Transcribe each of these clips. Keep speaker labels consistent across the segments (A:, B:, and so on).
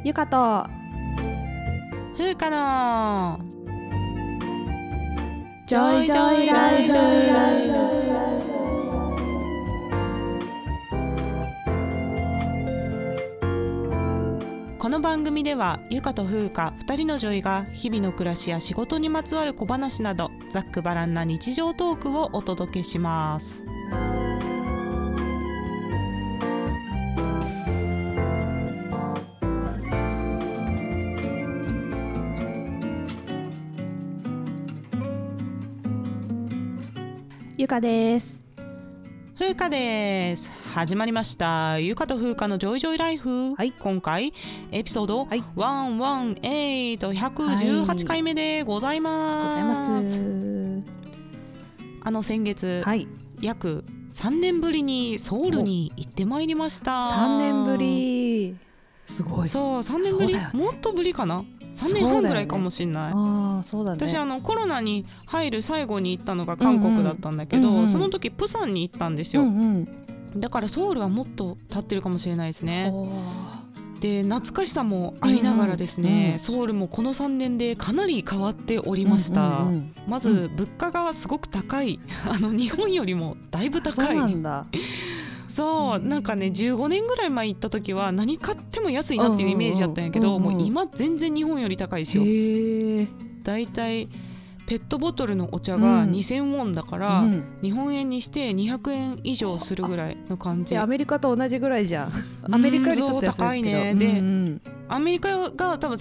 A: ゆかと
B: 風花の
A: ジョイジョイライフ。
B: この番組ではゆかと風花2人のジョイが日々の暮らしや仕事にまつわる小話などざっくばらんな日常トークをお届けします。
A: ゆかです。
B: 風花です。始まりましたゆかと風花のジョイジョイライフ、
A: はい、
B: 今回エピソード
A: はい
B: 118、118回目でございます。先月、
A: はい、
B: 約3年ぶりにソウルに行ってまいりました。
A: 3年ぶり、すごい。
B: そう3年ぶり、ね、もっとぶりかな、3年半ぐらいかもしれない。
A: そうだね。
B: 私コロナに入る最後に行ったのが韓国だったんだけど、その時プサンに行ったんですよ、だからソウルはもっと経ってるかもしれないですね。で懐かしさもありながらですね、ソウルもこの3年でかなり変わっておりました、まず物価がすごく高い日本よりもだいぶ高い。
A: そうなんだ。
B: そうなんかね15年ぐらい前行った時は何買っても安いなっていうイメージだったんやけど、もう今全然日本より高いですよ。だいたいペットボトルのお茶が2000ウォンだから、日本円にして200円以上するぐらいの感じ。
A: アメリカと同じぐらいじゃん。アメリカよりちょっと安いけど、
B: 高いね。で、アメリカが多分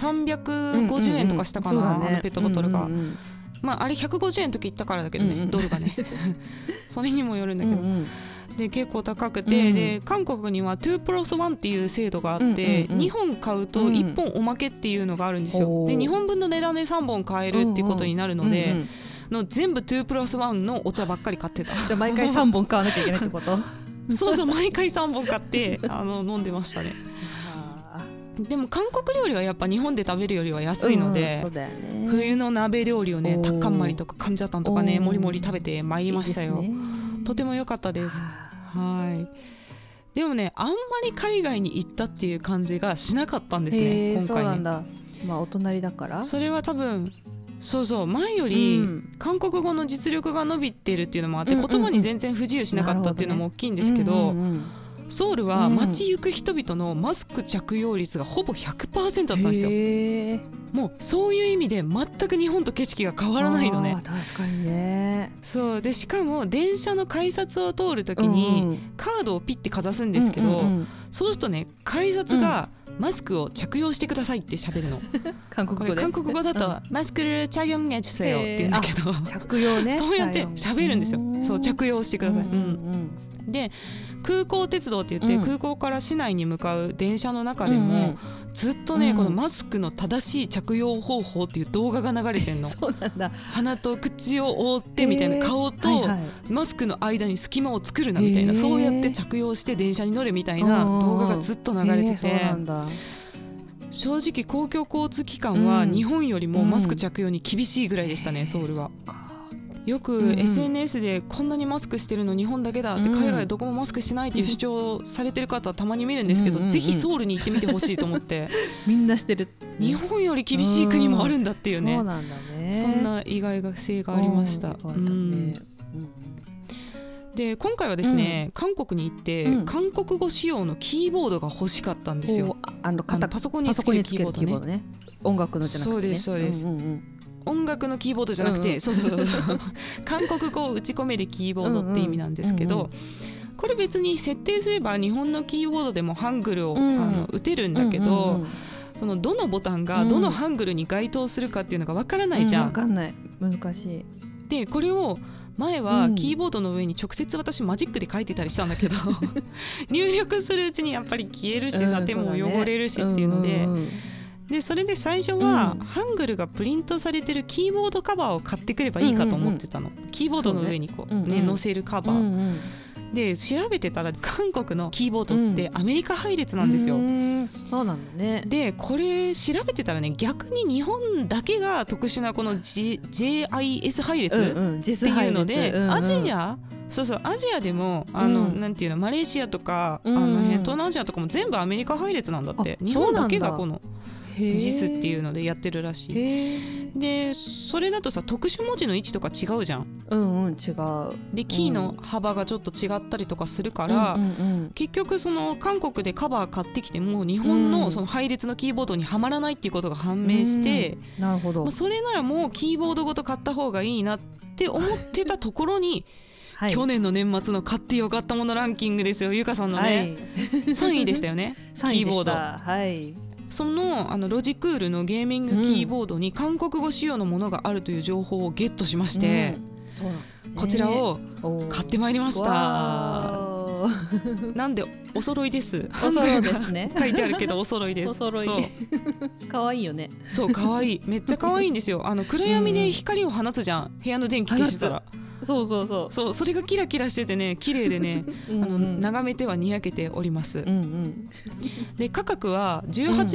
B: 350円とかしたかな、ペットボトルが、あれ150円の時行ったからだけどね、ドルがねそれにもよるんだけど、で結構高くて、で韓国には2プラス1っていう制度があって、2本買うと1本おまけっていうのがあるんですよ。で2本分の値段で3本買えるっていうことになるので、全部2プラス1のお茶ばっかり買ってた。
A: じゃあ毎回3本買わなきゃいけないってこと
B: そうそう、毎回3本買って飲んでましたね。でも韓国料理はやっぱ日本で食べるよりは安いので、
A: そうだよね、
B: 冬の鍋料理をね、タッカンマリとかカムジャタンとかね、もりもり食べてまいりましたよ。いいですね、とても良かったです。はい。でもね、あんまり海外に行ったっていう感じがしなかったんですね、今回ね。
A: そうなんだ。お隣だから。
B: それは多分そう前より韓国語の実力が伸びてるっていうのもあって、言葉に全然不自由しなかったっていうのも大きいんですけど、ソウルは街行く人々のマスク着用率がほぼ 100% だったんですよ。もうそういう意味で全く日本と景色が変わらないのね。
A: 確かにね。
B: そうで、しかも電車の改札を通るときにカードをピッてかざすんですけど、そうするとね、改札がマスクを着用してくださいって喋るの
A: 韓国語で。
B: 韓国語だと、マスクル着用해주세요って言うんだけど、
A: 着用ね。
B: そうやって喋るんですよ。そう、着用してください。で空港鉄道って言って、空港から市内に向かう電車の中でも、ずっとね、このマスクの正しい着用方法っていう動画が流れてんの。
A: そうなんだ。
B: 鼻と口を覆ってみたいな、顔とマスクの間に隙間を作るなみたいな、そうやって着用して電車に乗るみたいな動画がずっと流れてて、
A: そうなんだ。
B: 正直公共交通機関は日本よりもマスク着用に厳しいぐらいでしたね、ソウルは。よく SNS でこんなにマスクしてるの日本だけだって、海外どこもマスクしてないっていう主張されてる方はたまに見るんですけど、ぜひソウルに行ってみてほしいと思って
A: みんなしてる。
B: 日本より厳しい国もあるんだっていうね、
A: そうなんだね。
B: そんな意外性がありました。で今回はですね、韓国に行って、韓国語仕様のキーボードが欲しかったんですよ。パソコンにつけるキーボードね。
A: 音楽のじゃなくてね。
B: そうです、音楽のキーボードじゃなくて、そう韓国語を打ち込めるキーボードって意味なんですけど、これ別に設定すれば日本のキーボードでもハングルを打てるんだけど、そのどのボタンがどのハングルに該当するかっていうのがわからないじゃん。
A: わかんない、難しい。
B: でこれを前はキーボードの上に直接私マジックで書いてたりしたんだけど入力するうちにやっぱり消えるしさ、手も汚れるしっていうので、でそれで最初はハングルがプリントされてるキーボードカバーを買ってくればいいかと思ってたの、キーボードの上にこうね、載せるカバー、で調べてたら韓国のキーボードってアメリカ配列なんですよ。
A: そうなんだね。
B: でこれ調べてたらね、逆に日本だけが特殊なこの、JIS 配列っていうので、アジアそうそう、アジアでもなんていうの、マレーシアとか、東南アジアとかも全部アメリカ配列なんだって。日本だけがこのJISっていうのでやってるらしい。でそれだとさ、特殊文字の位置とか違うじゃん。
A: 違う。
B: でキーの幅がちょっと違ったりとかするから、結局その韓国でカバー買ってきても日本のその配列のキーボードにはまらないっていうことが判明して、
A: なるほど。
B: それならもうキーボードごと買った方がいいなって思ってたところに
A: はい、
B: 去年の年末の買ってよかったものランキングですよ、ゆかさんのね、3位でしたよねキーボード。
A: はい、
B: そのロジクールのゲーミングキーボードに韓国語仕様のものがあるという情報をゲットしまして、
A: そうなんね、
B: こちらを買ってまいりました。なんでお揃いです。
A: お揃いですね。
B: 書いてあるけどお揃いです。
A: お揃い。可愛いよね。
B: そう可愛い、めっちゃ可愛いんですよ。暗闇で光を放つじゃん、部屋の電気消してたら。そうそれがキラキラしててね、綺麗でね眺めてはにやけております。で価格は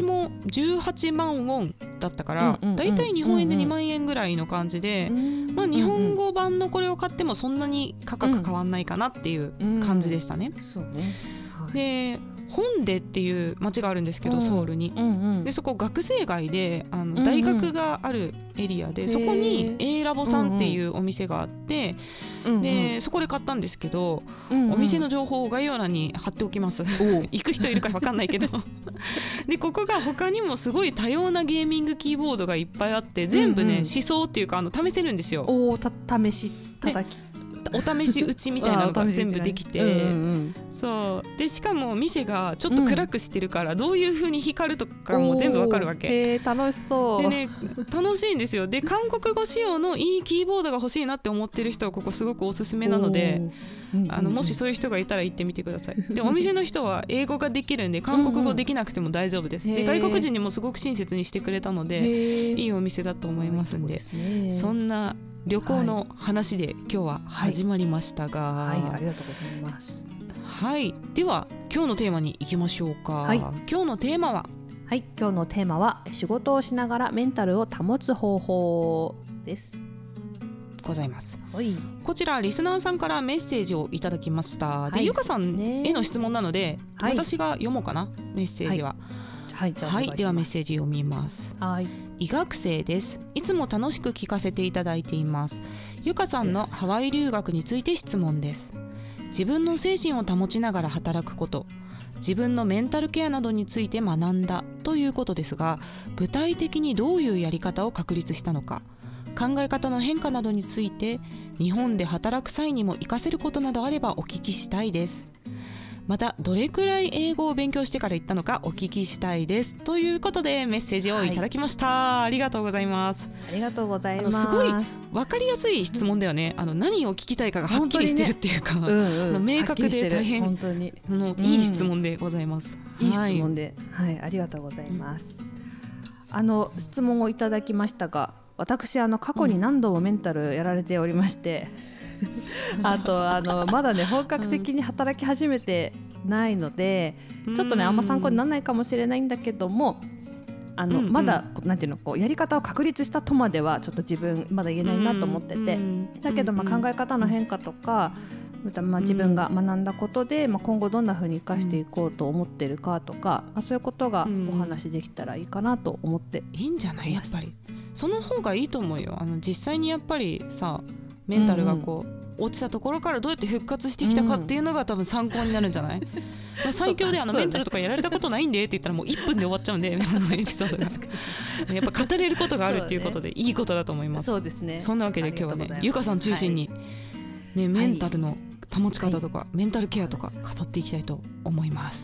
B: 18万ウォンだったから、だいたい日本円で2万円ぐらいの感じで、日本語版のこれを買ってもそんなに価格変わんないかなっていう感じでしたね。
A: そうね。
B: でホンデっていう町があるんですけど、ソウルに、でそこ学生街で大学があるエリアで、そこに A ラボさんっていうお店があって、でそこで買ったんですけど、お店の情報を概要欄に貼っておきます。行く人いるか分かんないけどでここが他にもすごい多様なゲーミングキーボードがいっぱいあって、全部ね、思想っていうか試せるんですよ。
A: 試したたき、
B: お試し打ちみたいなのが全部できて、そうでしかも店がちょっと暗くしてるから、どういう風に光るとかも全部わかるわけ。
A: 楽しそう
B: でね、楽しいんですよ。で韓国語仕様のいいキーボードが欲しいなって思ってる人はここすごくおすすめなので、もしそういう人がいたら行ってみてください。でお店の人は英語ができるんで韓国語できなくても大丈夫です。で外国人にもすごく親切にしてくれたので、いいお店だと思いますんで、そんな旅行の話で今日は始まりましたが、
A: ありがとうございます。
B: はい、では今日のテーマに行きましょうか。今日のテーマは
A: 仕事をしながらメンタルを保つ方法です
B: ございます。こちらリスナーさんからメッセージをいただきました。でゆかさんへの質問なので、私が読もうかな、メッセージは。ではメッセージ読みます。医学生です。いつも楽しく聞かせていただいています。ゆかさんのハワイ留学について質問です。自分の精神を保ちながら働くこと、自分のメンタルケアなどについて学んだということですが、具体的にどういうやり方を確立したのか、考え方の変化などについて日本で働く際にも活かせることなどあればお聞きしたいです。またどれくらい英語を勉強してから行ったのかお聞きしたいです、ということでメッセージをいただきました。ありがとうございます。
A: ありがとうございます。
B: すごい分かりやすい質問だよね。何を聞きたいかがはっきりしてるっていうか、明確で大変
A: 本当に
B: いい質問でございます。
A: いい質問で、ありがとうございます。質問をいただきましたが、私過去に何度もメンタルやられておりまして、あとまだね本格的に働き始めてないので、ちょっとねあんま参考にならないかもしれないんだけども、まだなんていうの、やり方を確立したとまではちょっと自分まだ言えないなと思ってて、だけど考え方の変化とか、自分が学んだことで、今後どんな風に生かしていこうと思ってるかとか、そういうことがお話できたらいいかなと思って
B: いいんじゃない。やっぱりその方がいいと思うよ。実際にやっぱりさ、メンタルが落ちたところからどうやって復活してきたかっていうのが多分参考になるんじゃない。最強でメンタルとかやられたことないんでって言ったらもう1分で終わっちゃうんで、エピソードがやっぱ語れることがあるっていうことでいいことだと思います。
A: そうですね。
B: そんなわけで今日はね、ゆかさん中心に、メンタルの保ち方とか、メンタルケアとか語っていきたいと思います。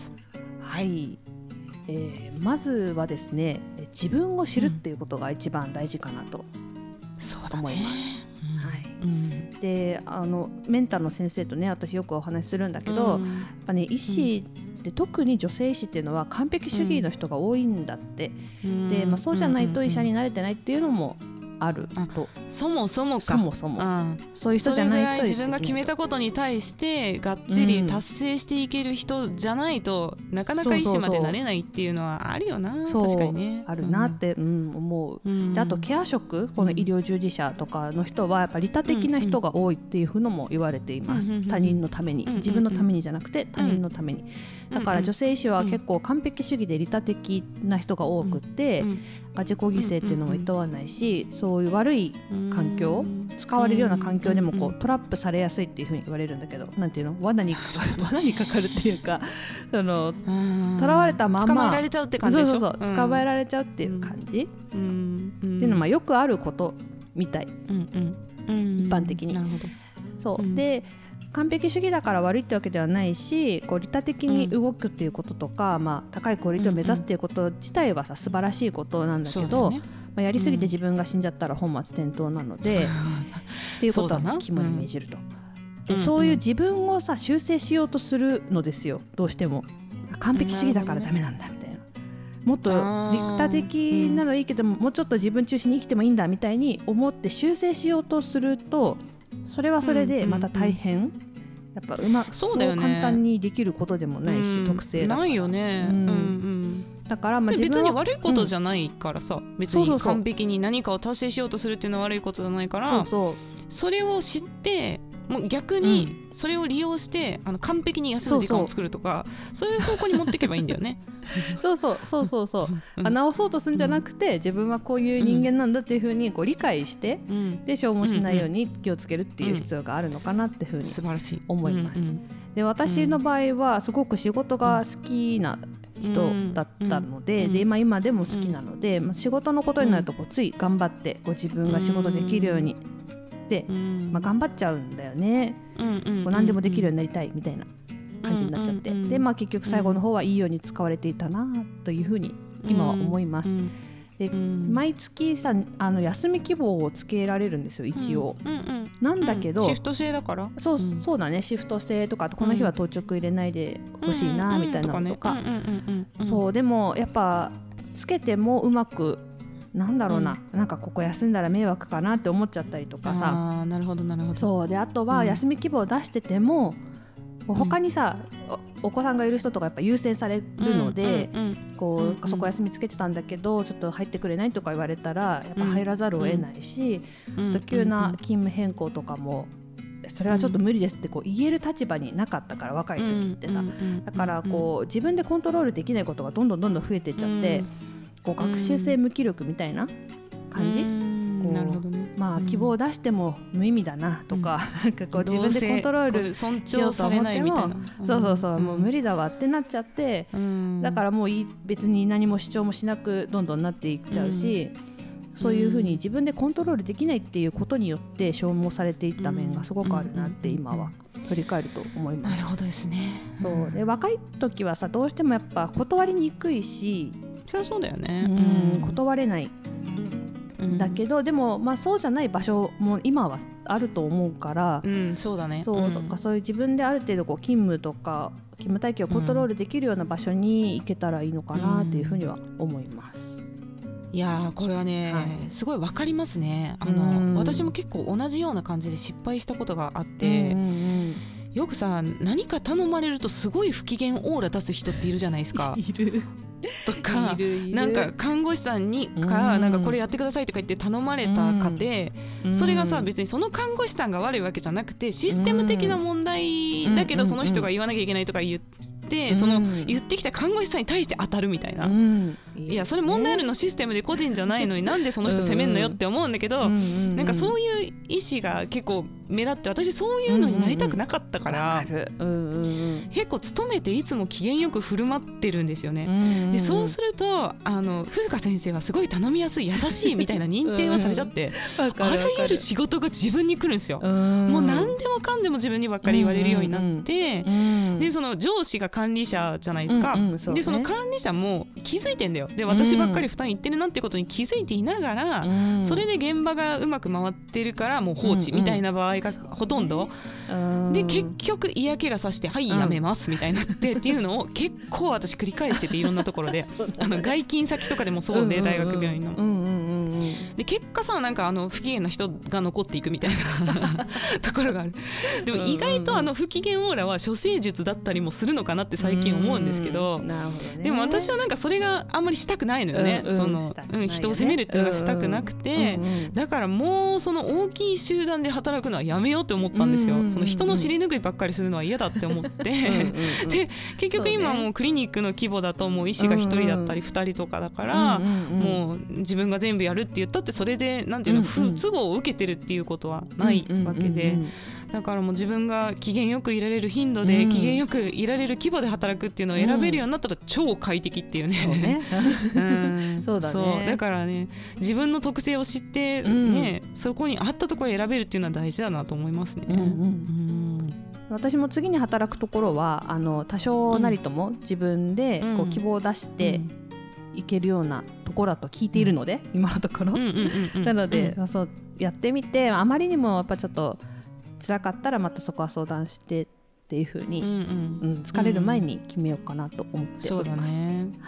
A: まずはですね、自分を知るっていうことが一番大事かなと思います。でメンタルの先生とね、私よくお話しするんだけど、やっぱね、医師で特に女性医師っていうのは完璧主義の人が多いんだって。で、そうじゃないと医者になれてないっていうのもあると。
B: そもそもか、
A: そもそもそういう人じゃないと。それぐらい
B: 自分が決めたことに対してがっちり達成していける人じゃないと、なかなか医師までなれないっていうのはあるよな。
A: そう
B: 確かにね、
A: あるなって、思う。であとケア職、この医療従事者とかの人はやっぱ利他的な人が多いっていうのも言われています。他人のために、自分のためにじゃなくて他人のために。だから女性医師は結構完璧主義で利他的な人が多くて、自己犠牲っていうのも厭わないし、そういう悪い環境、使われるような環境でもこうトラップされやすいっていうふうに言われるんだけど、なんていうの、罠にかかるっていうか、その囚われたまま
B: 捕まえられちゃうって感じでしょ。
A: そう捕まえられちゃうっていう感じ、っていうのはよくあることみたい、一般的に。
B: なるほど。
A: そうで、完璧主義だから悪いってわけではないし、こう利他的に動くっていうこととか、高いクオリティを目指すっていうこと自体はさ、素晴らしいことなんだけど、やりすぎて自分が死んじゃったら本末転倒なので、っていうことは肝に銘じると。でそういう自分をさ修正しようとするのですよ、どうしても。完璧主義だからダメなんだみたいな、もっと利他的なのいいけども、もうちょっと自分中心に生きてもいいんだみたいに思って修正しようとすると、それはそれでまた大変、やっぱそう簡単にできることでもないし、特性だからないよね。だから
B: 自分は別に悪いことじゃないからさ、別に完璧に何かを達成しようとするっていうのは悪いことじゃないから、それを知ってもう逆にそれを利用して完璧に休む時間を作るとか、そういう方向に持っていけばいいんだよね。
A: そう直そうとするんじゃなくて、自分はこういう人間なんだっていうふうにこう理解して、で消耗しないように気をつけるっていう必要があるのかなっていうふうに思います。で私の場合はすごく仕事が好きな人だったので、今でも好きなので、仕事のことになるとこうつい頑張ってこう自分が仕事できるようにで、頑張っちゃうんだよね。こう何でもできるようになりたいみたいな感じになっちゃって、で結局最後の方はいいように使われていたなというふうに今は思います。で毎月さ休み希望をつけられるんですよ一応、なんだけど、
B: シフト制だから
A: そうだね、シフト制とか、この日は当直入れないでほしいなみたいなのとか、そうでもやっぱつけてもうまくなんだろうな、なんかここ休んだら迷惑かなって思っちゃったりとかさ。
B: なるほどなるほど。
A: そうで、あとは休み希望を出してても、他にさお子さんがいる人とかやっぱ優先されるので、そこ休みつけてたんだけどちょっと入ってくれないとか言われたらやっぱ入らざるを得ないし、急な勤務変更とかもそれはちょっと無理ですってこう言える立場になかったから、若い時ってさ。だからこう自分でコントロールできないことがどんどん増えていっちゃって、こう学習性無気力みたいな感じ、なるほどね。希望を出しても無意味だなとか、なんかこう自分でコントロールしようと思ってももう無理だわってなっちゃって、だからもう別に何も主張もしなくどんどんなっていっちゃうし、そういうふうに自分でコントロールできないっていうことによって消耗されていった面がすごくあるなって今は振り返ると思います。
B: なるほどですね。
A: そうで、若い時はさどうしてもやっぱ断りにくいし、
B: そうだよね、
A: 断れないだけど、でもそうじゃない場所も今はあると思うから、
B: そうだね。
A: そういう自分である程度こう勤務とか勤務体系をコントロールできるような場所に行けたらいいのかなっていうふうには思います。
B: いやこれはね、すごい分かりますね。私も結構同じような感じで失敗したことがあって、よくさ何か頼まれるとすごい不機嫌オーラ出す人っているじゃないですか。
A: いる
B: とか、なんか看護師さんになんかこれやってくださいとか言って頼まれた家庭、それがさ別にその看護師さんが悪いわけじゃなくてシステム的な問題だけど、その人が言わなきゃいけないとか言って、その言ってきた看護師さんに対して当たるみたいな、いやそれ問題あるのシステムで個人じゃないのになんでその人責めんのよって思うんだけど、なんかそういう意思が結構目立って、私そういうのになりたくなかったから、結構勤めていつも機嫌よく振る舞ってるんですよね。でそうすると風花先生はすごい頼みやすい優しいみたいな認定はされちゃって、あらゆる仕事が自分に来るんですよ。もう何でもかんでも自分にばっかり言われるようになって、でその上司が管理者じゃないですか、でその管理者も気づいてんだよ。で私ばっかり負担いってるなってことに気づいていながら、それで現場がうまく回ってるからもう放置みたいな場合がほとんどで、結局嫌気がさしてはいやめますみたいになってっていうのを結構私繰り返してて、いろんなところで外勤先とかでもそうで、大学病院ので結果さなんか不機嫌な人が残っていくみたいなところがある。でも意外と不機嫌オーラは処世術だったりもするのかなって最近思うんですけど、
A: なるほどね、
B: でも私はなんかそれがあんまりしたくないのよね、人を責めるっていうのがしたくなくて、だからもうその大きい集団で働くのはやめようって思ったんですよ。その人の尻拭いばっかりするのは嫌だって思ってで結局今もうクリニックの規模だともう医師が1人だったり2人とかだから、もう自分が全部やるって言ったってそれでなんていうの、不都合を受けてるっていうことはないわけで、だからもう自分が機嫌よくいられる頻度で機嫌よくいられる規模で働くっていうのを選べるようになったら超快適っていうね。そうだね。だからね自分の特性を知ってね、そこに合ったところを選べるっていうのは大事だなと思いますね。
A: 私も次に働くところは多少なりとも自分でこう希望を出していけるようなところだと聞いているので、今のところなので、そうやってみてあまりにもやっぱちょっと辛かったらまたそこは相談してっていう風に、疲れる前に決めようかなと思っております。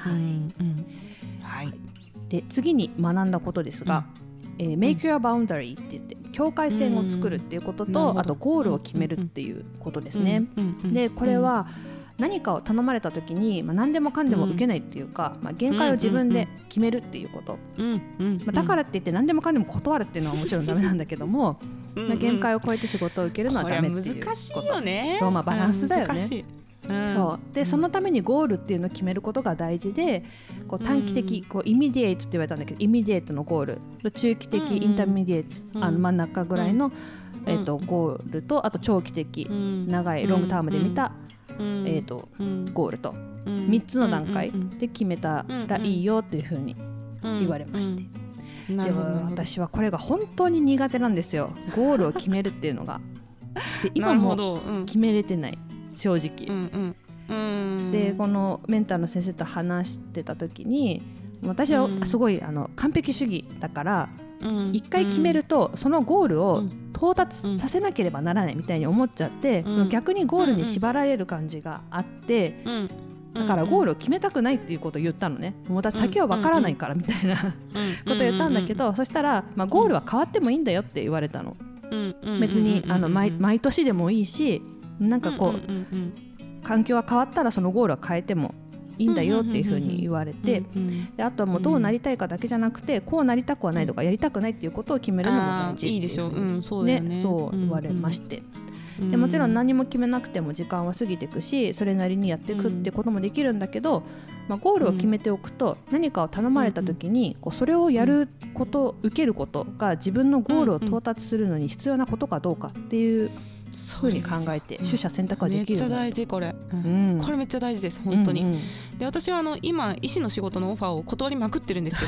A: で次に学んだことですが、make your boundary って言って境界線を作るっていうことと、あとゴールを決めるっていうことですね。でこれは何かを頼まれた時に、何でもかんでも受けないっていうか、限界を自分で決めるっていうこと、だからって言って何でもかんでも断るっていうのはもちろんダメなんだけども、限界を超えて仕事を受けるのはダメっていうこと。
B: これは難しいよね。
A: そう、バランスだよね。そうでそのためにゴールっていうのを決めることが大事で、こう短期的、こうイミディエイトって言われたんだけど、イミディエイトのゴール、中期的、インターミディエイト、真ん中ぐらいの、ゴールと、あと長期的、長いロングタームで見た、ゴールと3つの段階で決めたらいいよっていうふうに言われまして、でも私はこれが本当に苦手なんですよ、ゴールを決めるっていうのが。で今も決めれてない、正直。でこのメンターの先生と話してた時に、私はすごい完璧主義だから、一回決めるとそのゴールを到達させなければならないみたいに思っちゃって、逆にゴールに縛られる感じがあって、だからゴールを決めたくないっていうことを言ったのね。もう私先は分からないからみたいなことを言ったんだけど、そしたら、ゴールは変わってもいいんだよって言われたの。別に毎年でもいいし、なんかこう環境が変わったらそのゴールは変えてもいいんだよっていうふうに言われて、であとはもうどうなりたいかだけじゃなくて、こうなりたくはないとかやりたくないっていうことを決めるのも大事っていうふうにそう言われまして、でもちろん何も決めなくても時間は過ぎていくし、それなりにやっていくってこともできるんだけど、ゴールを決めておくと、何かを頼まれた時にこうそれをやること、受けることが自分のゴールを到達するのに必要なことかどうかっていうふうに考えて取捨選択ができる。
B: めっちゃ大事これ、これめっちゃ大事です本当に。で私は今医師の仕事のオファーを断りまくってるんですけ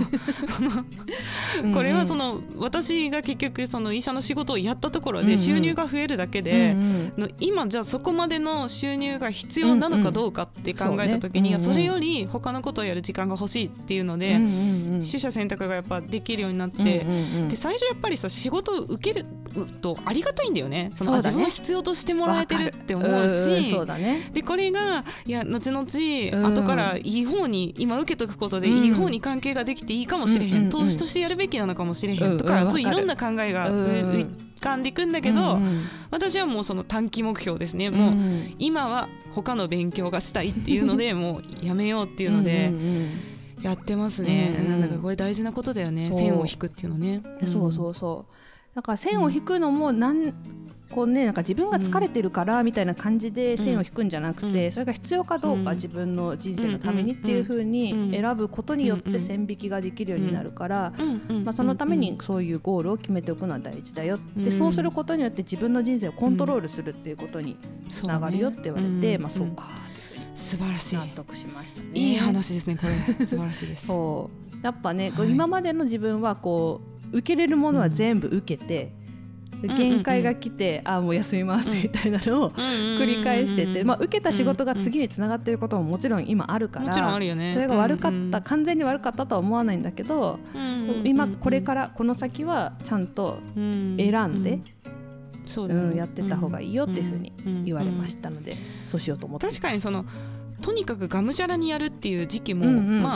B: どこれは私が結局その医者の仕事をやったところで収入が増えるだけで、今じゃあそこまでの収入が必要なのかどうかって考えた時に、それより他のことをやる時間が欲しいっていうので、取捨選択がやっぱできるようになって、で最初やっぱりさ、仕事を受けるとありがたいんだよね。自分が必要としてもらえてるって思うし、でこれがいや後々後からいい方に今受けとくことでいい方に関係ができていいかもしれへん、投資としてやるべきなのかもしれへんとか、そういういろんな考えが浮かんでいくんだけど、私はもうその短期目標ですね。もう今は他の勉強がしたいっていうのでもうやめようっていうのでやってますね。だからこれ大事なことだよね、線を引くっていうのね。
A: そうだから線を引くのもこうね、なんか自分が疲れてるからみたいな感じで線を引くんじゃなくて、それが必要かどうか、自分の人生のためにっていう風に選ぶことによって線引きができるようになるから、そのためにそういうゴールを決めておくのは大事だよ。でそうすることによって自分の人生をコントロールするっていうことにつながるよって言われて、そうかっていう風に
B: 素晴らしい、
A: 納得しましたね。
B: いい話ですねこれ素晴らしいです。
A: そうやっぱね、今までの自分はこう受けれるものは全部受けて、限界が来て、もう休みますみたいなのを繰り返してて、受けた仕事が次につながっていることももちろん今あるから、
B: もちろんあるよね。
A: それが悪かった、完全に悪かったとは思わないんだけど、今これからこの先はちゃんと選んでやってた方がいいよっていうふうに言われましたので、そうしようと思って。
B: 確かにとにかくがむしゃらにやるっていう時期も、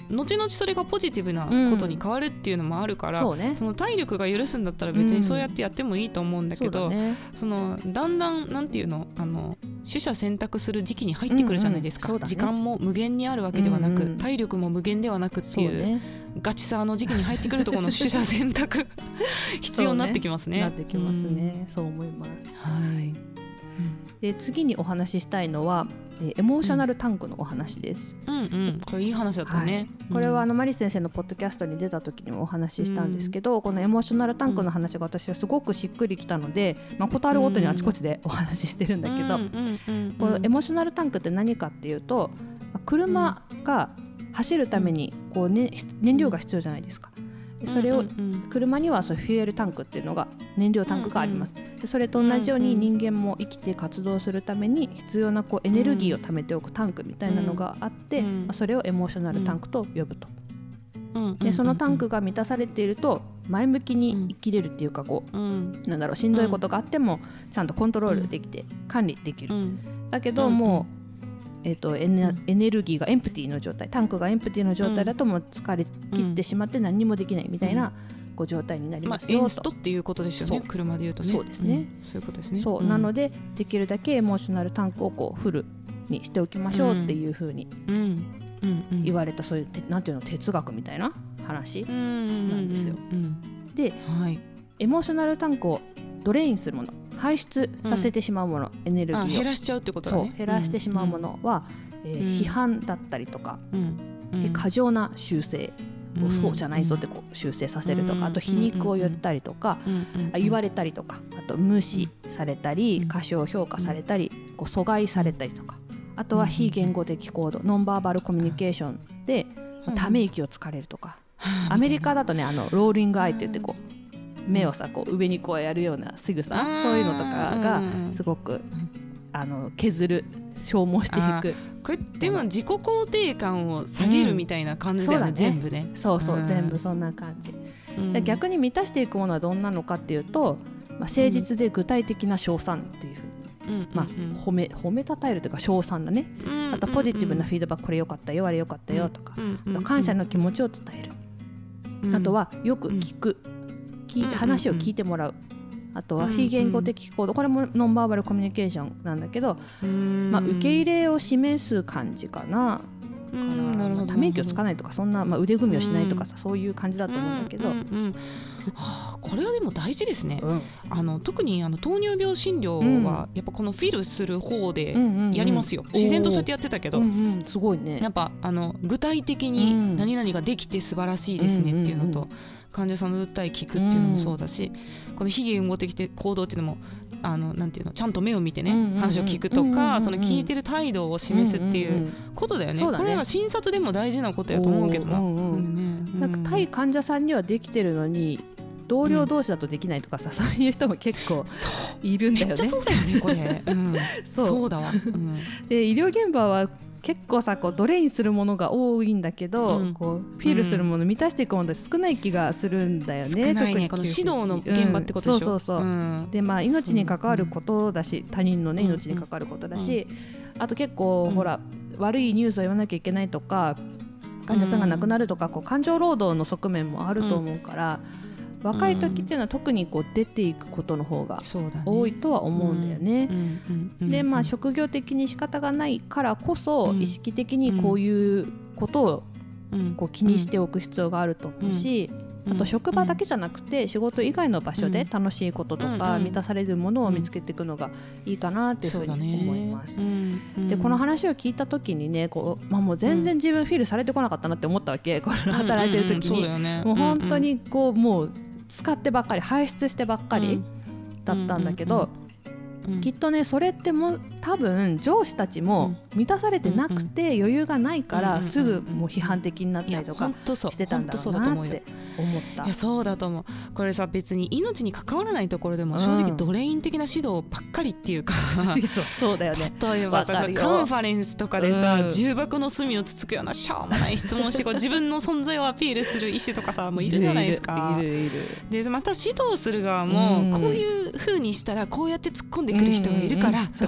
B: 後々それがポジティブなことに変わるっていうのもあるから、その体力が許すんだったら別にそうやってやってもいいと思うんだけど、そのだんだんなんていうの、取捨選択する時期に入ってくるじゃないですか、時間も無限にあるわけではなく、体力も無限ではなくっていうガチさの時期に入ってくるところの取捨選択必要になってきますね。
A: なってきますね、そう思います。はい。で次にお話ししたいのはエモーショナルタンクのお話です。
B: これいい話だったね。
A: これはマリ先生のポッドキャストに出た時にもお話ししたんですけど、このエモーショナルタンクの話が私はすごくしっくりきたので、ことあるごとにあちこちでお話ししてるんだけど、このエモーショナルタンクって何かっていうと、車が走るためにこう、燃料が必要じゃないですか。それを車にはそうフュエルタンクっていうのが、燃料タンクがあります。でそれと同じように人間も生きて活動するために必要なこうエネルギーを貯めておくタンクみたいなのがあって、それをエモーショナルタンクと呼ぶと。でそのタンクが満たされていると前向きに生きれるっていうか、こうなんだろう、しんどいことがあってもちゃんとコントロールできて管理できる。だけどもうエネルギーがエンプティの状態、タンクがエンプティの状態だともう疲れ切ってしまって何にもできないみたいなこう状態になりますよと。
B: エンストっていうことですよね、車で言うとね。
A: そうですね、
B: そういうことですね。
A: そうなのでできるだけエモーショナルタンクをこうフルにしておきましょうっていうふうに言われた、そういうなんていうの、哲学みたいな話なんですよ。で、エモーショナルタンクをドレインするもの、排出させてしまうもの、エネルギーを
B: 減らしちゃうってことだね。
A: そう減らしてしまうものは、批判だったりとか、過剰な修正をそうじゃないぞってこう修正させるとか、あと皮肉を言ったりとか、言われたりとか、あと無視されたり、過小評価されたり、こう阻害されたりとか、あとは非言語的行動、ノンバーバルコミュニケーションでため息をつかれるとか、アメリカだとね、ローリングアイって言ってこう目をさこう上にこうやるような仕草、そういうのとかがすごく削る、消耗していく。
B: これでも自己肯定感を下げるみたいな感じだよね、全部ね。
A: そう全部そんな感じ。逆に満たしていくものはどんなのかっていうと、誠実で具体的な称賛っていうふうに、褒めたたえるというか称賛だね。あとポジティブなフィードバック、これ良かったよ、あれ良かったよとか、あと感謝の気持ちを伝える。あとはよく聞く、話を聞いてもらう。あとは非言語的行動、これもノンバーバルコミュニケーションなんだけど、受け入れを示す感じかな。ため息をつかないとか、そんな、腕組みをしないとかさ、そういう感じだと思うんだけど、
B: これはでも大事ですね。特に糖尿病診療はやっぱこのフィルする方でやりますよ。自然とそうやってやってたけど、
A: すごいね。
B: やっぱ具体的に何々ができて素晴らしいですねっていうのと、患者さんの訴え聞くっていうのもそうだし、この非言語的行動っていうのもなんていうの、ちゃんちゃんと目を見てね、話を聞くとか、その聞いてる態度を示すっていうことだよね。これは診察でも大事なことやと思うけども、
A: なんか対患者さんにはできてるのに同僚同士だとできないとかさ、そういう人も結構いるんだよね。
B: めっちゃそうだよねこれ。そうだわ。
A: で医療現場は結構さこうドレインするものが多いんだけど、こうフィルするもの、満たしていくもの少ない気がするんだよね。
B: 少ないね、この指導の現場ってことでしょ。
A: で命に関わることだし、他人のね命に関わることだし、あと結構ほら悪いニュースを言わなきゃいけないとか、患者さんが亡くなるとか、こう感情労働の側面もあると思うから、若い時っていうのは特にこう出ていくことの方が多いとは思うんだよね。で職業的に仕方がないからこそ、意識的にこういうことをこう気にしておく必要があると思うし、あと職場だけじゃなくて仕事以外の場所で楽しいこととか満たされるものを見つけていくのがいいかなっていうふうに思います。でこの話を聞いた時にね、こう、もう全然自分フィールされてこなかったなって思ったわけ。これ働いてる時に、もう本当にこうもう使ってばっかり、排出してばっかりだったんだけど、きっとねそれってもう多分上司たちも満たされてなくて余裕がないからすぐもう批判的になったりとかしてたんだろうなって思った。
B: いやそうだと思う。これさ別に命に関わらないところでも正直ドレイン的な指導ばっかりっていうか
A: そうだよね。
B: 例えばさカンファレンスとかでさ、重箱の隅をつつくようなしょうもない質問して自分の存在をアピールする医師とかさもういるじゃないですか。
A: いる
B: でまた指導する側もこういう風にしたらこうやって突っ込んでくる人がいるからとか、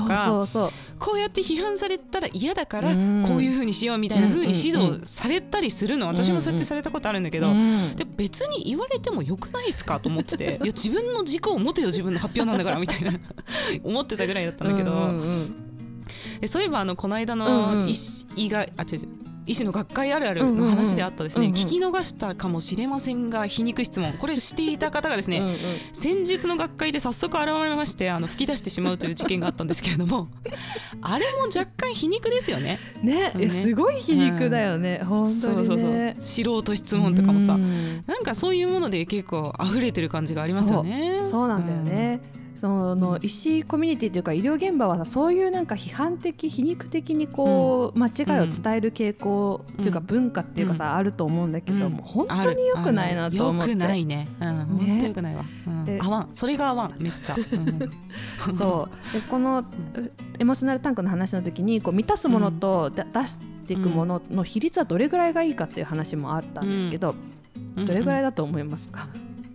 B: こうやって批判されたら嫌だからこういう風にしようみたいな風に指導されたりするの、私もそうやってされたことあるんだけど、で別に言われてもよくないですかと思ってて、いや自分の軸を持てよ、自分の発表なんだからみたいな思ってたぐらいだったんだけど、そういえばこの間の医師の学会あるあるの話であったですね、聞き逃したかもしれませんが皮肉質問、これしていた方がですね先日の学会で早速現れまして、吹き出してしまうという事件があったんですけれどもあれも若干皮肉ですよね。
A: すごい皮肉だよね、本当にね。
B: 素人質問とかもさ、なんかそういうもので結構溢れてる感じがありますよね。
A: そうなんだよね。その医師コミュニティというか医療現場はさ、そういうなんか批判的皮肉的にこう、間違いを伝える傾向というか文化っていうかさ、あると思うんだけども、本当に良くないなと思って。
B: 良くないね、本当良くないわ。合わん、それが合わん、めっちゃ、
A: そうで、このエモーショナルタンクの話の時にこう満たすものと出していくものの比率はどれぐらいがいいかっていう話もあったんですけど、どれぐらいだと思いますか？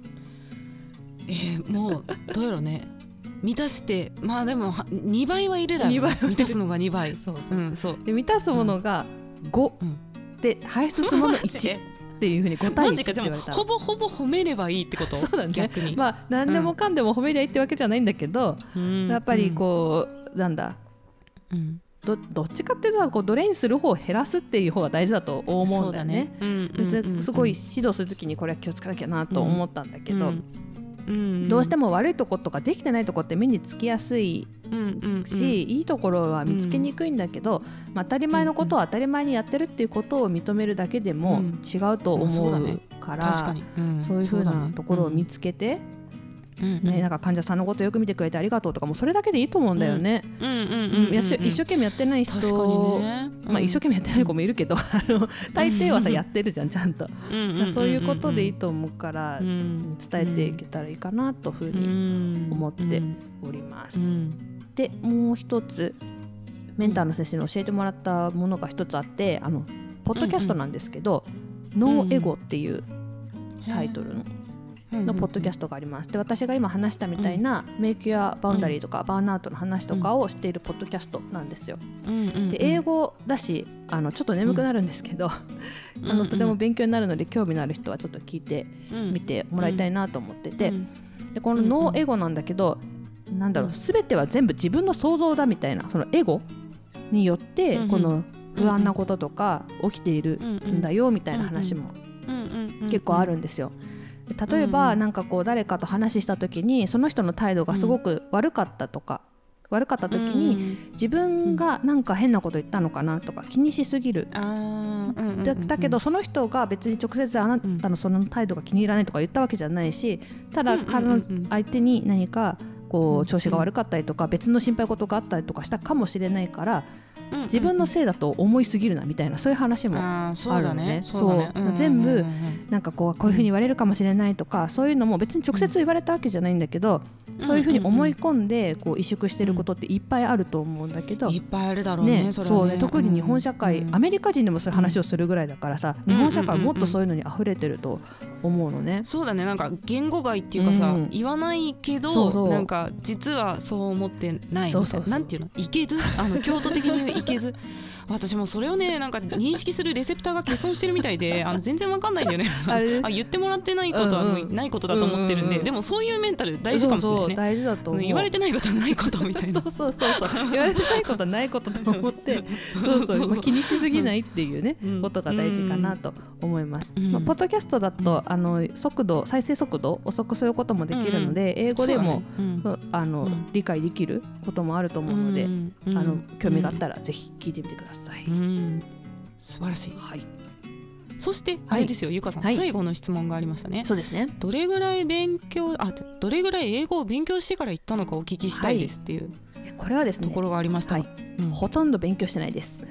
B: もうどうやろうね、満たしてまあでも2倍はいるだろう、満たすのが2倍そう
A: で満たすものが5、で排出するもの1っていうふうに5対1って言われた。
B: ほぼほぼ褒めればいいってこと？
A: そうだね、
B: 逆に
A: まあ何でもかんでも褒めりゃいいってわけじゃないんだけど、やっぱりこうなんだ、どっちかっていうとこう奴隷にする方を減らすっていう方が大事だと思うんだよね。すごい指導するときにこれは気をつけなきゃなと思ったんだけど、どうしても悪いとことかできてないとこって目につきやすいし、いいところは見つけにくいんだけど、当たり前のことを当たり前にやってるっていうことを認めるだけでも違うと思うから、そういうふうなところを見つけて、なんか患者さんのことをよく見てくれてありがとうとか、もうそれだけでいいと思うんだよね。一生懸命やってない人、一生懸命やってない子もいるけど大抵はさやってるじゃん、ちゃんと。そういうことでいいと思うから伝えていけたらいいかなというふうに思っております。でもう一つメンターの先生に教えてもらったものが一つあって、ポッドキャストなんですけど、ノーエゴっていうタイトルのポッドキャストがあります。で、私が今話したみたいなメイクやバウンダリーとかバーンアウトの話とかをしているポッドキャストなんですよ。で、英語だしちょっと眠くなるんですけど、とても勉強になるので興味のある人はちょっと聞いてみてもらいたいなと思ってて、でこのノーエゴなんだけど、なんだろう、全ては全部自分の想像だみたいな、そのエゴによってこの不安なこととか起きているんだよみたいな話も結構あるんですよ。例えばなんかこう誰かと話した時にその人の態度がすごく悪かった時に、自分がなんか変なこと言ったのかなとか気にしすぎる。だけどその人が別に直接あなたのその態度が気に入らないとか言ったわけじゃないし、ただ相手に何かこう調子が悪かったりとか別の心配事があったりとかしたかもしれないから、自分のせいだと思いすぎるなみたいな、そういう話もあるのね。全部なんかこういうふうに言われるかもしれないとか、そういうのも別に直接言われたわけじゃないんだけど、そういうふうに思い込んでこう萎縮してることっていっぱいあると思うんだけど、
B: いっぱいあるだろうね。
A: そうね、特に日本社会、アメリカ人でもそういう話をするぐらいだからさ、日本社会はもっとそういうのに溢れてると思うのね。
B: そうだね、なんか言語外っていうかさ、言わないけどなんか実はそう思ってないみたいな、なんていうの、いけず京都的に言ういけず私もそれをね、なんか認識するレセプターが欠損してるみたいで全然わかんないんだよね言ってもらってないことはないことだと思ってるんで、でもそういうメンタル大事かもしれないね。
A: 大事だと思う。
B: 言われてないことはないことみたいな
A: そう言われてないことはないことと思って気にしすぎないっていうねことが大事かなと思います。ポッドキャストだと再生速度遅くすることもできるので、英語でも理解できることもあると思うので、興味があったらぜひ聞いてみてください。
B: 素晴らしい。そしてあれですよ、ゆかさん、最後の質問がありましたね。
A: そうですね。
B: どれぐらい英語を勉強してから行ったのかお聞きしたいですっていう、
A: これはですね、
B: ところがありました。
A: ほとんど勉強してないです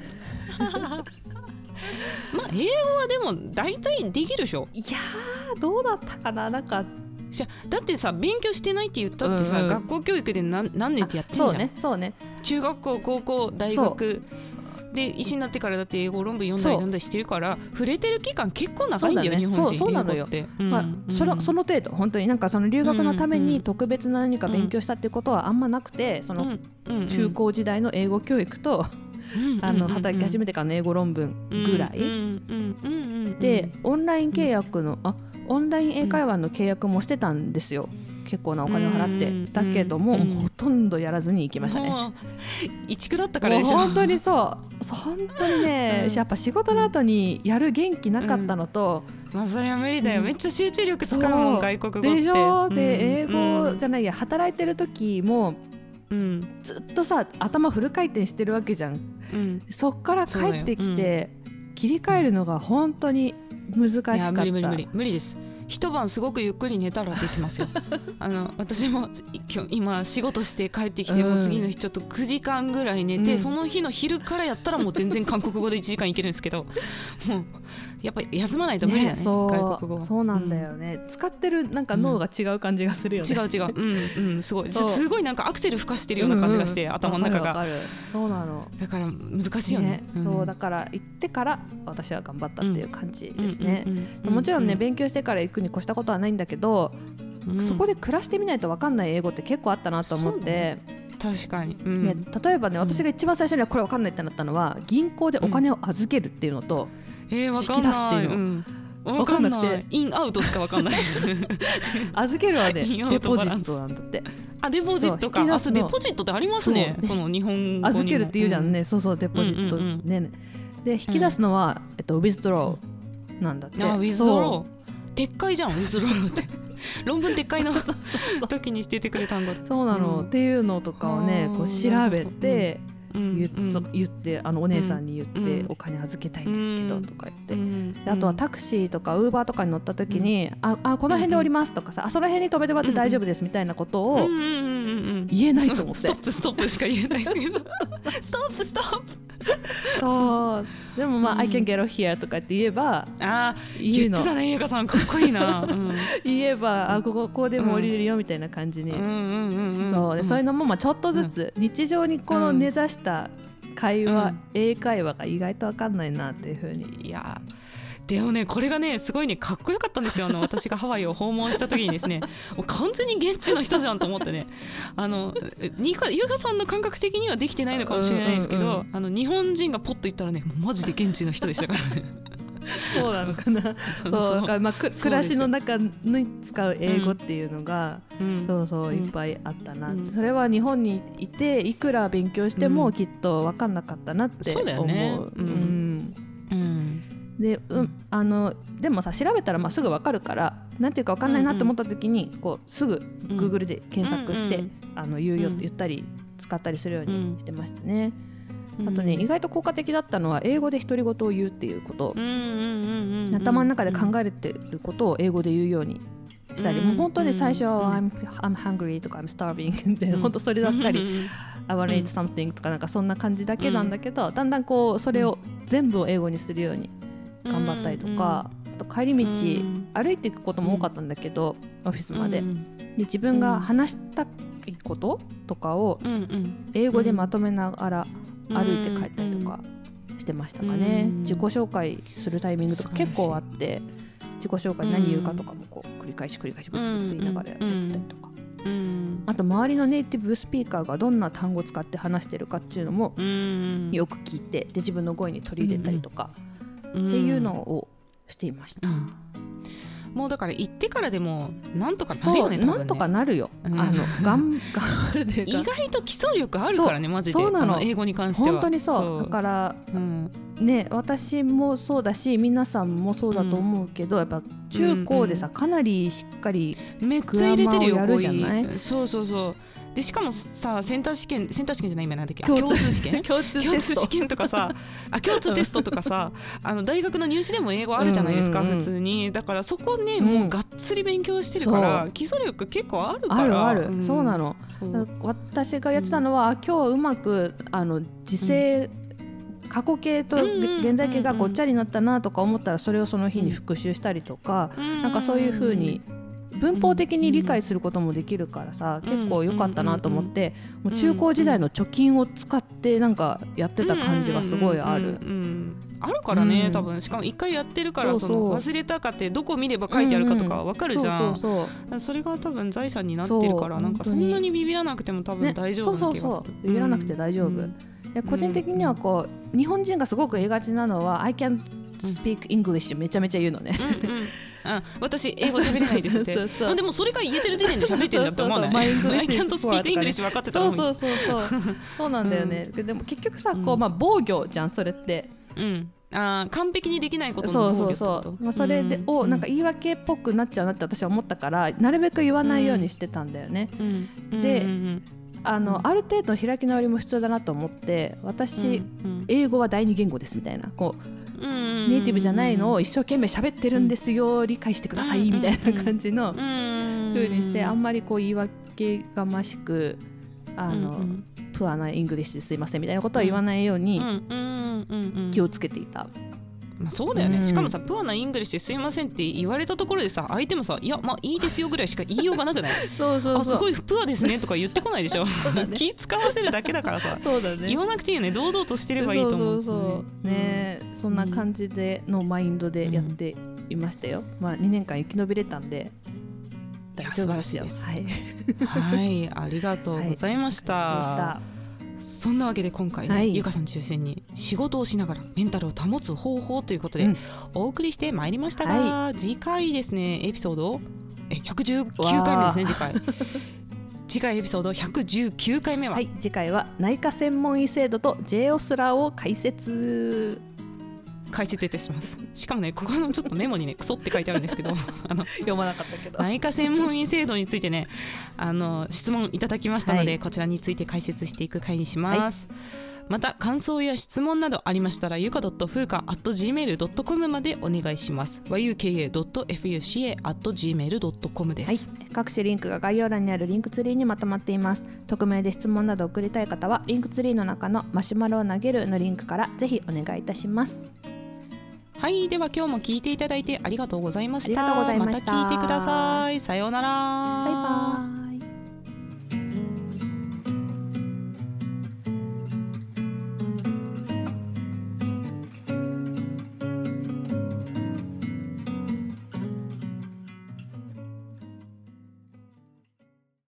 B: 英語はでも大体できるでしょ。
A: いやー、どうだったかな。なんか
B: だってさ、勉強してないって言ったってさ、学校教育で何年ってやってんじゃん。
A: そうね。
B: 中学校、高校、大学で医師になってからだって英語論文読んだりなんだりしてるから触れてる期間結構長いんだよ、日本人。
A: そうなのよ、その程度本当になんかその留学のために特別な何か勉強したっていうことはあんまなくて、その中高時代の英語教育と働き始めてからの英語論文ぐらいで、オンライン契約のオンライン英会話の契約もしてたんですよ、結構なお金を払って。だけども、もうほとんどやらずに行きましたね。
B: 移築だったからでしょ。
A: 本当に本当にね、やっぱ仕事の後にやる元気なかったのと、
B: まあそれは無理だよ、めっちゃ集中力使うもん、外国語って
A: でしょ。で英語じゃないや、働いてる時もずっとさ頭フル回転してるわけじゃん、そっから帰ってきて切り替えるのが本当に難しかった。いや
B: 無理です。一晩すごくゆっくり寝たらできますよ私も今仕事して帰ってきて、もう次の日ちょっと9時間ぐらい寝て、その日の昼からやったらもう全然韓国語で1時間いけるんですけどもうやっぱり休まないと無理だね、外国語。
A: そうなんだよね、使ってるなんか脳が違う感じがするよね。
B: 違うすごいなんかアクセル吹かしてるような感じがして、頭の中が。
A: そうなの。
B: だから難しいよね。
A: そうだから行ってから私は頑張ったっていう感じですね。もちろんね、勉強してから行くに越したことはないんだけど、そこで暮らしてみないと分かんない英語って結構あったなと思って。
B: 確かに、
A: 例えばね、私が一番最初にはこれ分かんないってなったのは、銀行でお金を預けるっていうのと、引き出すっていうの、分かんなくて、
B: インアウトしか分かんない
A: 預けるはねデポジットなんだって。
B: デポジットか。デポジットってありますね、その日本語にも。
A: 預けるって言うじゃんね。そうデポジットね。で引き出すのはウィズドローなんだって。
B: ウィズドロー撤回じゃん、ウィズドローって論文撤回の時にしててくれたんだ。
A: そうなの、っていうのとかをねこう調べて言ってお姉さんに言ってお金預けたいんですけどとか言って、あとはタクシーとかウーバーとかに乗った時にこの辺で降りますとかさ、その辺に止めてもらって大丈夫ですみたいなことを言えないと思って、
B: ストップしか言えないストップ
A: そうでもまあ、I can get off here とかって言えば、
B: 言ってたね、ゆかさんかっこいいな
A: 言えばここでも降りれるよみたいな感じに、そういうのもまあちょっとずつ日常にこの根ざした会話、英会話が意外と分かんないなっていう風に。
B: いやでもね、これがねすごいねかっこよかったんですよ。私がハワイを訪問した時にですねもう完全に現地の人じゃんと思ってね、ゆかさんの感覚的にはできてないのかもしれないですけど、日本人がポッと言ったらねマジで現地の人でしたからね
A: そうなのかなそうだから、暮らしの中に使う英語っていうのが、いっぱいあったな、それは日本にいていくら勉強してもきっと分かんなかったなって思う。
B: そうだよね。
A: でもさ調べたらすぐ分かるから、なんていうか分かんないなって思った時にこうすぐ Google で検索して言ったり使ったりするようにしてましたね。あとね、意外と効果的だったのは英語で独り言を言うっていうこと、頭の中で考えてることを英語で言うようにしたり、もう本当に最初は I'm hungry とか I'm starving って本当それだったりI wanna eat something とかなんかそんな感じだけなんだけど、だんだんこうそれを全部を英語にするように頑張ったりとか、あと帰り道歩いていくことも多かったんだけど、オフィスまで自分が話したいこととかを英語でまとめながら歩いて帰ったりとかしてましたかね。自己紹介するタイミングとか結構あって、自己紹介何言うかとかもこう繰り返しブツブツ言いながらやってたりとか、あと周りのネイティブスピーカーがどんな単語を使って話してるかっていうのもよく聞いて、で自分の語彙に取り入れたりとかっていうのをしていました。
B: もうだから行ってからでもなんとかなるよね。
A: そう、なんとかなるよ。頑張るというか
B: 意外と基礎力あるからね、マジで。
A: そうなの、
B: 英語に関しては
A: 本当にそうだから、ね、私もそうだし皆さんもそうだと思うけど、やっぱ中高でさ、かなりしっかり
B: めっちゃ入れてるよ、
A: やるじゃない。
B: そうでしかもさ、センター試験じゃない、今なんだっけ、共通試験共通試験とかさ共通テストとかさ大学の入試でも英語あるじゃないですか、普通に。だからそこね、もうがっつり勉強してるから基礎力結構あるから。
A: ある、そうなの。私がやってたのは、今日はうまく時制、過去形と現在形がごっちゃになったなとか思ったら、それをその日に復習したりとか、なんかそういう風に文法的に理解することもできるからさ、結構良かったなと思って、もう中高時代の貯金を使ってなんかやってた感じがすごいある。
B: あるからね、多分。しかも一回やってるから、その忘れたかってどこ見れば書いてあるかとか分かるじゃん。それが多分財産になってるから、なんかそんなにビビらなくても多分大丈夫な気がする。
A: ビビらなくて大丈夫。個人的にはこう日本人がすごく言いがちなのは I can speak English めちゃめちゃ言うのね。
B: 私英語喋れないですって。でもそれが言えてる時点で喋ってんだって思わない？ I can't speak English 分かってたのに。
A: そうなんだよね。でも結局さ、こう防御じゃんそれって。
B: 完璧にできないことの防御ってこと。
A: それでをなんか言い訳っぽくなっちゃうなって私は思ったから、なるべく言わないようにしてたんだよね。である程度開き直りも必要だなと思って、私、英語は第二言語ですみたいな、こうネイティブじゃないのを一生懸命喋ってるんですよ、理解してくださいみたいな感じの風にして、あんまりこう言い訳がましくプアなイングリッシュですいませんみたいなことは言わないように気をつけていた。
B: そうだよね。しかもさ、プアなイングリッシュですいませんって言われたところでさ、相手もさ、いやいいですよぐらいしか言いようがなくない？
A: す
B: ごいプアですねとか言ってこないでしょ。気使わせるだけだからさ、言わなくていいよね。堂々としてればいいと思う。
A: そんな感じでのマインドでやっていましたよ。2年間生き延びれたんで
B: 大丈夫ですよ。はい、ありがとうございました。そんなわけで今回ね、ゆかさん中心に仕事をしながらメンタルを保つ方法ということでお送りしてまいりましたが、次回ですね、エピソード119回目ですね。次回エピソード119回目は、
A: 次回は内科専門医制度と J オスラを解説
B: いたします。しかもね、ここのちょっとメモにねクソって書いてあるんですけど
A: 読まなかったけど、
B: 内科専門医制度についてね質問いただきましたので、こちらについて解説していく回にします。また感想や質問などありましたら、ゆか.fuka@gmail.com までお願いします。yuka.fuca@gmail.com です。
A: 各種リンクが概要欄にあるリンクツリーにまとまっています。匿名で質問など送りたい方はリンクツリーの中のマシュマロを投げるのリンクからぜひお願いいたします。
B: はい、では今日も聞いていただいてありがとうございました。
A: また聞
B: いてください。さようなら。
A: バイバイ。